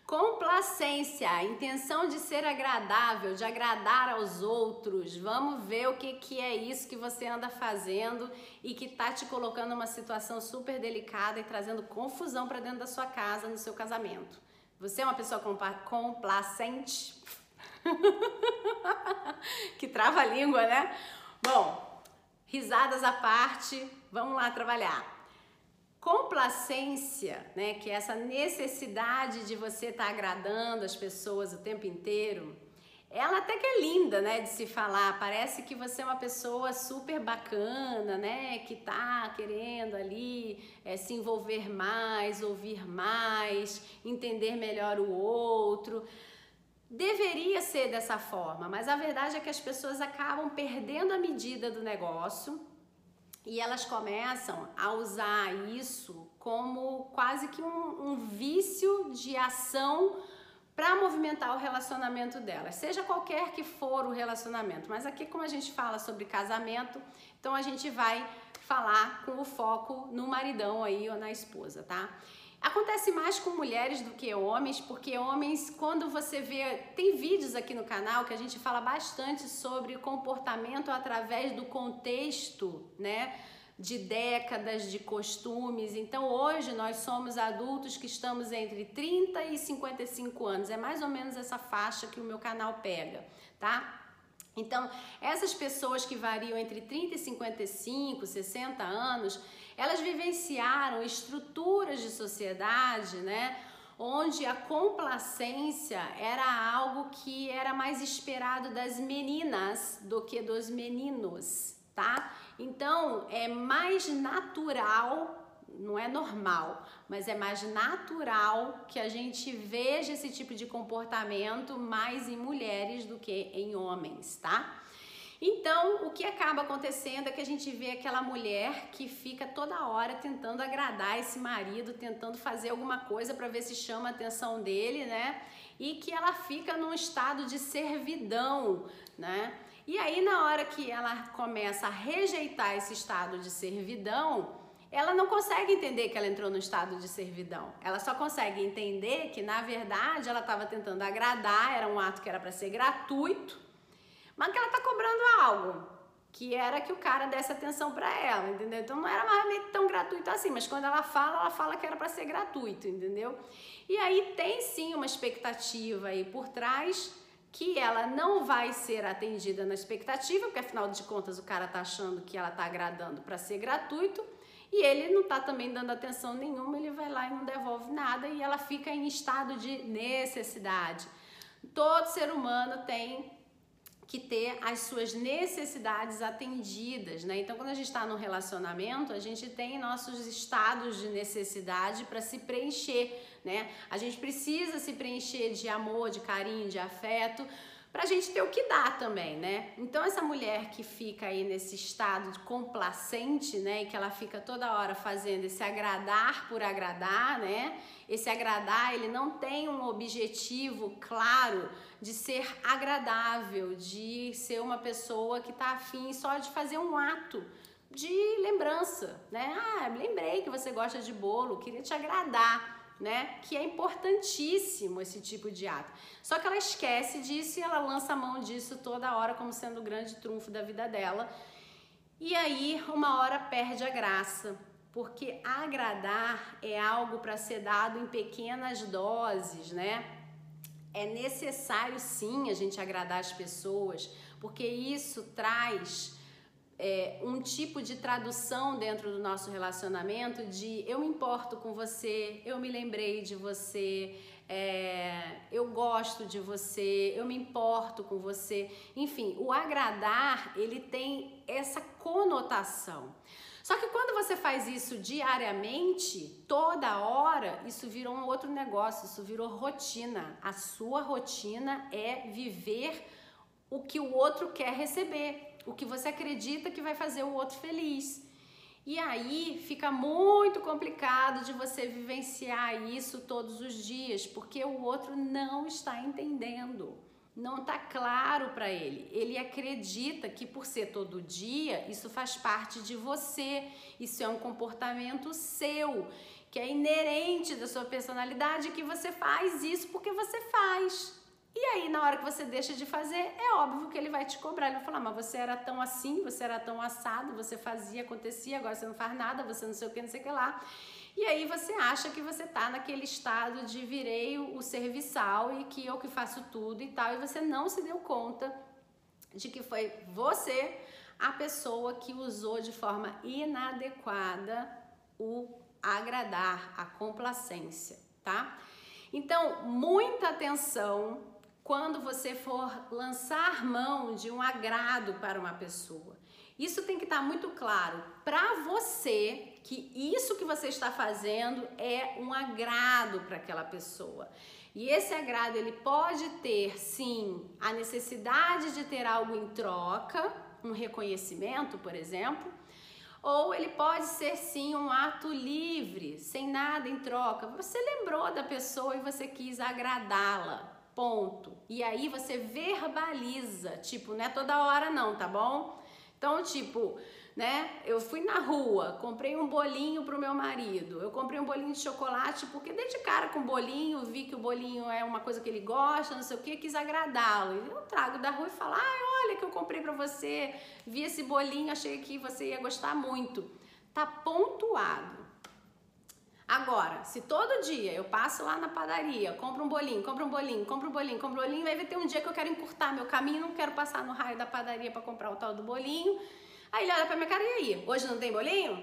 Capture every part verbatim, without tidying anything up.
Complacência, a intenção de ser agradável, de agradar aos outros. Vamos ver o que, que é isso que você anda fazendo e que tá te colocando numa situação super delicada e trazendo confusão para dentro da sua casa, no seu casamento. Você é uma pessoa complacente? Que trava a língua, né? Bom, risadas à parte, vamos lá trabalhar. Complacência, né, que é essa necessidade de você estar tá agradando as pessoas o tempo inteiro, ela até que é linda, né, de se falar. Parece que você é uma pessoa super bacana, né, que tá querendo ali é, se envolver mais, ouvir mais, entender melhor o outro. Deveria ser dessa forma, mas a verdade é que as pessoas acabam perdendo a medida do negócio. E elas começam a usar isso como quase que um, um vício de ação para movimentar o relacionamento delas, seja qualquer que for o relacionamento. Mas aqui, como a gente fala sobre casamento, então a gente vai falar com o foco no maridão aí ou na esposa, tá? Acontece mais com mulheres do que homens, porque homens, quando você vê... Tem vídeos aqui no canal que a gente fala bastante sobre comportamento através do contexto, né? De décadas, de costumes. Então, hoje, nós somos adultos que estamos entre trinta e cinquenta e cinco anos. É mais ou menos essa faixa que o meu canal pega, tá? Então, essas pessoas que variam entre trinta e cinquenta e cinco, sessenta anos, elas vivenciaram estruturas de sociedade, né, onde a complacência era algo que era mais esperado das meninas do que dos meninos, tá? Então, é mais natural, não é normal, mas é mais natural que a gente veja esse tipo de comportamento mais em mulheres do que em homens, tá? Então, o que acaba acontecendo é que a gente vê aquela mulher que fica toda hora tentando agradar esse marido, tentando fazer alguma coisa para ver se chama a atenção dele, né? E que ela fica num estado de servidão, né? E aí, na hora que ela começa a rejeitar esse estado de servidão, ela não consegue entender que ela entrou no estado de servidão. Ela só consegue entender que, na verdade, ela estava tentando agradar, era um ato que era para ser gratuito, mas que ela tá cobrando algo, que era que o cara desse atenção para ela, entendeu? Então não era mais tão gratuito assim, mas quando ela fala, ela fala que era para ser gratuito, entendeu? E aí tem sim uma expectativa aí por trás, que ela não vai ser atendida na expectativa, porque afinal de contas o cara tá achando que ela tá agradando para ser gratuito, e ele não tá também dando atenção nenhuma, ele vai lá e não devolve nada, e ela fica em estado de necessidade. Todo ser humano tem que ter as suas necessidades atendidas, né? Então, quando a gente está num relacionamento, a gente tem nossos estados de necessidade para se preencher, né? A gente precisa se preencher de amor, de carinho, de afeto, para a gente ter o que dar também, né? Então, essa mulher que fica aí nesse estado de complacente, né? E que ela fica toda hora fazendo esse agradar por agradar, né? Esse agradar, ele não tem um objetivo claro de ser agradável, de ser uma pessoa que tá afim só de fazer um ato de lembrança, né? Ah, lembrei que você gosta de bolo, queria te agradar, né? Que é importantíssimo esse tipo de ato. Só que ela esquece disso e ela lança a mão disso toda hora como sendo o grande trunfo da vida dela. E aí, uma hora perde a graça, porque agradar é algo para ser dado em pequenas doses, né? É necessário sim a gente agradar as pessoas, porque isso traz é, um tipo de tradução dentro do nosso relacionamento de eu me importo com você, eu me lembrei de você, é, eu gosto de você, eu me importo com você. Enfim, o agradar, ele tem essa conotação. Só que quando você faz isso diariamente, toda hora, isso virou um outro negócio, isso virou rotina. A sua rotina é viver o que o outro quer receber, o que você acredita que vai fazer o outro feliz. E aí fica muito complicado de você vivenciar isso todos os dias, porque o outro não está entendendo. Não está claro para ele. Ele acredita que por ser todo dia, isso faz parte de você. Isso é um comportamento seu. que é inerente da sua personalidade, que você faz isso porque você faz. E aí, na hora que você deixa de fazer, é óbvio que ele vai te cobrar. Ele vai falar, mas você era tão assim, você era tão assado, você fazia, acontecia, agora você não faz nada, você não sei o que, não sei o que lá. E aí você acha que você tá naquele estado de virei o serviçal e que eu que faço tudo e tal. E você não se deu conta de que foi você a pessoa que usou de forma inadequada o agradar, a complacência, tá? Então, muita atenção quando você for lançar mão de um agrado para uma pessoa. Isso tem que estar muito claro para você, que isso que você está fazendo é um agrado para aquela pessoa. E esse agrado, ele pode ter, sim, a necessidade de ter algo em troca, um reconhecimento, por exemplo, ou ele pode ser, sim, um ato livre, sem nada em troca. Você lembrou da pessoa e você quis agradá-la, ponto. E aí você verbaliza, tipo, não é toda hora não, tá bom? Então, tipo, né, eu fui na rua, comprei um bolinho pro meu marido, eu comprei um bolinho de chocolate, porque dei de cara com o bolinho, vi que o bolinho é uma coisa que ele gosta, não sei o que, quis agradá-lo. Eu trago da rua e falo, ah, olha que eu comprei pra você, vi esse bolinho, achei que você ia gostar muito. Tá pontuado. Agora, se todo dia eu passo lá na padaria, compro um bolinho, compro um bolinho, compro um bolinho, compro um bolinho, aí vai ter um dia que eu quero encurtar meu caminho, não quero passar no raio da padaria para comprar o tal do bolinho. Aí ele olha pra minha cara, e aí? Hoje não tem bolinho?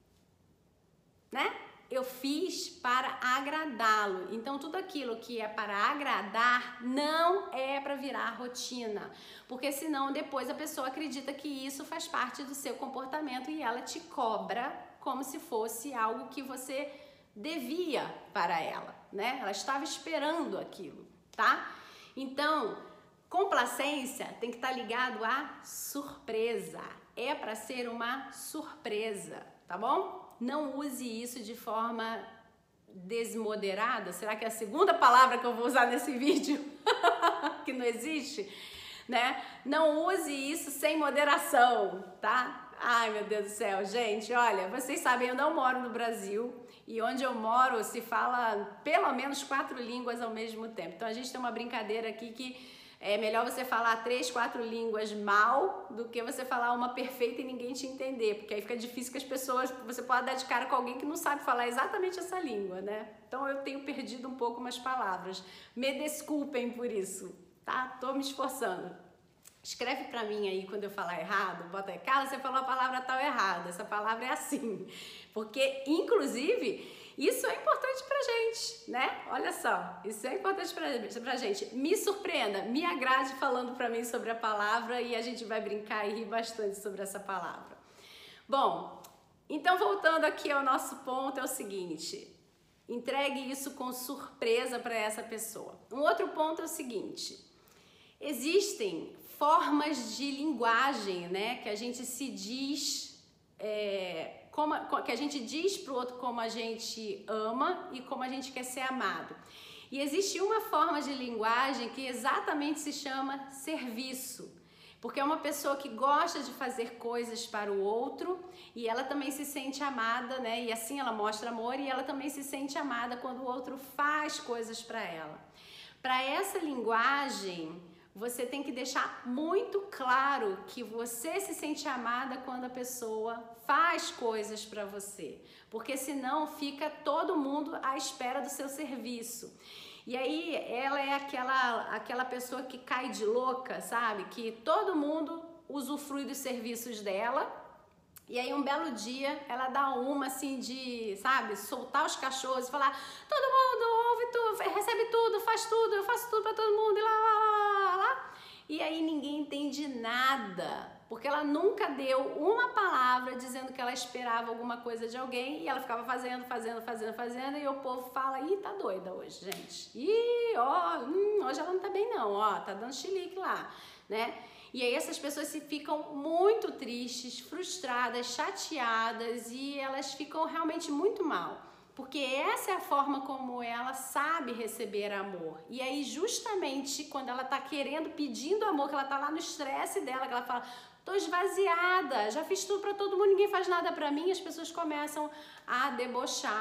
Né? Eu fiz para agradá-lo. Então, tudo aquilo que é para agradar não é para virar rotina. Porque senão depois a pessoa acredita que isso faz parte do seu comportamento e ela te cobra como se fosse algo que você devia para ela, né? Ela estava esperando aquilo, tá? Então, complacência tem que estar ligado à surpresa. É para ser uma surpresa, tá bom? Não use isso de forma desmoderada. Será que é a segunda palavra que eu vou usar nesse vídeo? Que não existe, né? Não use isso sem moderação, tá? Ai, meu Deus do céu, gente, olha, vocês sabem, eu não moro no Brasil e onde eu moro se fala pelo menos quatro línguas ao mesmo tempo. Então a gente tem uma brincadeira aqui que é melhor você falar três, quatro línguas mal do que você falar uma perfeita e ninguém te entender, porque aí fica difícil que as pessoas, você pode dar de cara com alguém que não sabe falar exatamente essa língua, né? Então eu tenho perdido um pouco umas palavras. Me desculpem por isso, tá? Tô me esforçando. Escreve pra mim aí quando eu falar errado, bota aí, Carla, você falou a palavra tal errada, essa palavra é assim. Porque, inclusive, isso é importante pra gente, né? Olha só, isso é importante pra, pra gente. Me surpreenda, me agrade falando pra mim sobre a palavra e a gente vai brincar e rir bastante sobre essa palavra. Bom, então voltando aqui ao nosso ponto, é o seguinte, entregue isso com surpresa pra essa pessoa. Um outro ponto é o seguinte, existem formas de linguagem, né, que a gente se diz, é, como, que a gente diz pro outro como a gente ama e como a gente quer ser amado. E existe uma forma de linguagem que exatamente se chama serviço, porque é uma pessoa que gosta de fazer coisas para o outro e ela também se sente amada, né, e assim ela mostra amor e ela também se sente amada quando o outro faz coisas para ela. Para essa linguagem, você tem que deixar muito claro que você se sente amada quando a pessoa faz coisas para você, porque senão fica todo mundo à espera do seu serviço. E aí ela é aquela, aquela pessoa que cai de louca, sabe? Que todo mundo usufrui dos serviços dela. E aí um belo dia ela dá uma assim de, sabe, soltar os cachorros e falar, todo mundo ouve tudo, recebe tudo, faz tudo, eu faço tudo para todo mundo e lá, lá, lá, lá. E aí ninguém entende nada, porque ela nunca deu uma palavra dizendo que ela esperava alguma coisa de alguém e ela ficava fazendo, fazendo, fazendo, fazendo e o povo fala, ih, tá doida hoje, gente. Ih, ó, hum, hoje ela não tá bem não, ó, tá dando chilique lá, né? E aí essas pessoas se ficam muito tristes, frustradas, chateadas e elas ficam realmente muito mal. Porque essa é a forma como ela sabe receber amor. E aí justamente quando ela tá querendo, pedindo amor, que ela tá lá no estresse dela, que ela fala, tô esvaziada, já fiz tudo pra todo mundo, ninguém faz nada pra mim, as pessoas começam a debochar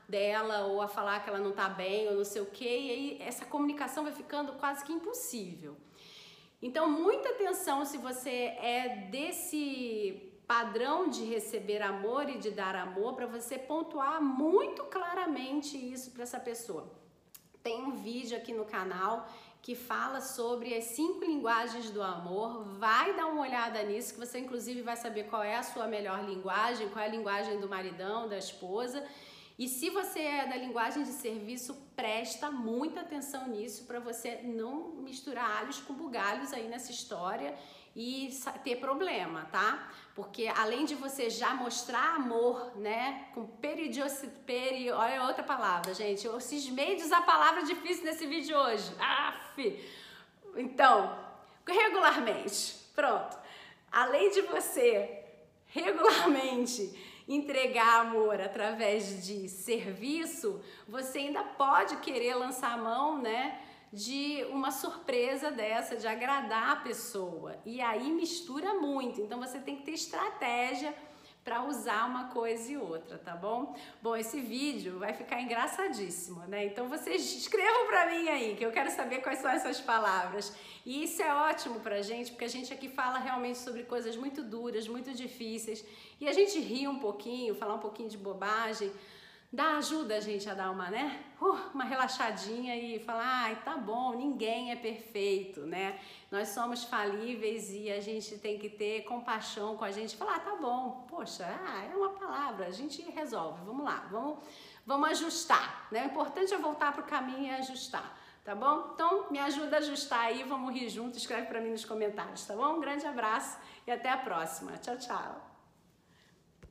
dela ou a falar que ela não tá bem ou não sei o quê, e aí essa comunicação vai ficando quase que impossível. Então, muita atenção se você é desse padrão de receber amor e de dar amor, para você pontuar muito claramente isso para essa pessoa. Tem um vídeo aqui no canal que fala sobre as cinco linguagens do amor. Vai dar uma olhada nisso, que você inclusive vai saber qual é a sua melhor linguagem, qual é a linguagem do maridão, da esposa. E se você é da linguagem de serviço, presta muita atenção nisso para você não misturar alhos com bugalhos aí nessa história e ter problema, tá? Porque além de você já mostrar amor, né, com periodicidade, peri, olha outra palavra, gente, eu cismei de usar palavra difícil nesse vídeo hoje. Aff! Então, regularmente, pronto. Além de você regularmente entregar amor através de serviço, você ainda pode querer lançar a mão, né, de uma surpresa dessa, de agradar a pessoa. E aí mistura muito, então você tem que ter estratégia para usar uma coisa e outra, tá bom? Bom, esse vídeo vai ficar engraçadíssimo, né? Então vocês escrevam para mim aí, que eu quero saber quais são essas palavras. E isso é ótimo pra gente, porque a gente aqui fala realmente sobre coisas muito duras, muito difíceis, e a gente ri um pouquinho, falar um pouquinho de bobagem, dá ajuda a gente a dar uma, né? Uh, uma relaxadinha e falar, ai, tá bom, ninguém é perfeito, né? Nós somos falíveis e a gente tem que ter compaixão com a gente. Falar, ah, tá bom, poxa, ah, é uma palavra, a gente resolve, vamos lá, vamos, vamos ajustar, né? O importante é voltar pro caminho e ajustar, tá bom? Então, me ajuda a ajustar aí, vamos rir junto, escreve pra mim nos comentários, tá bom? Um grande abraço e até a próxima. Tchau, tchau.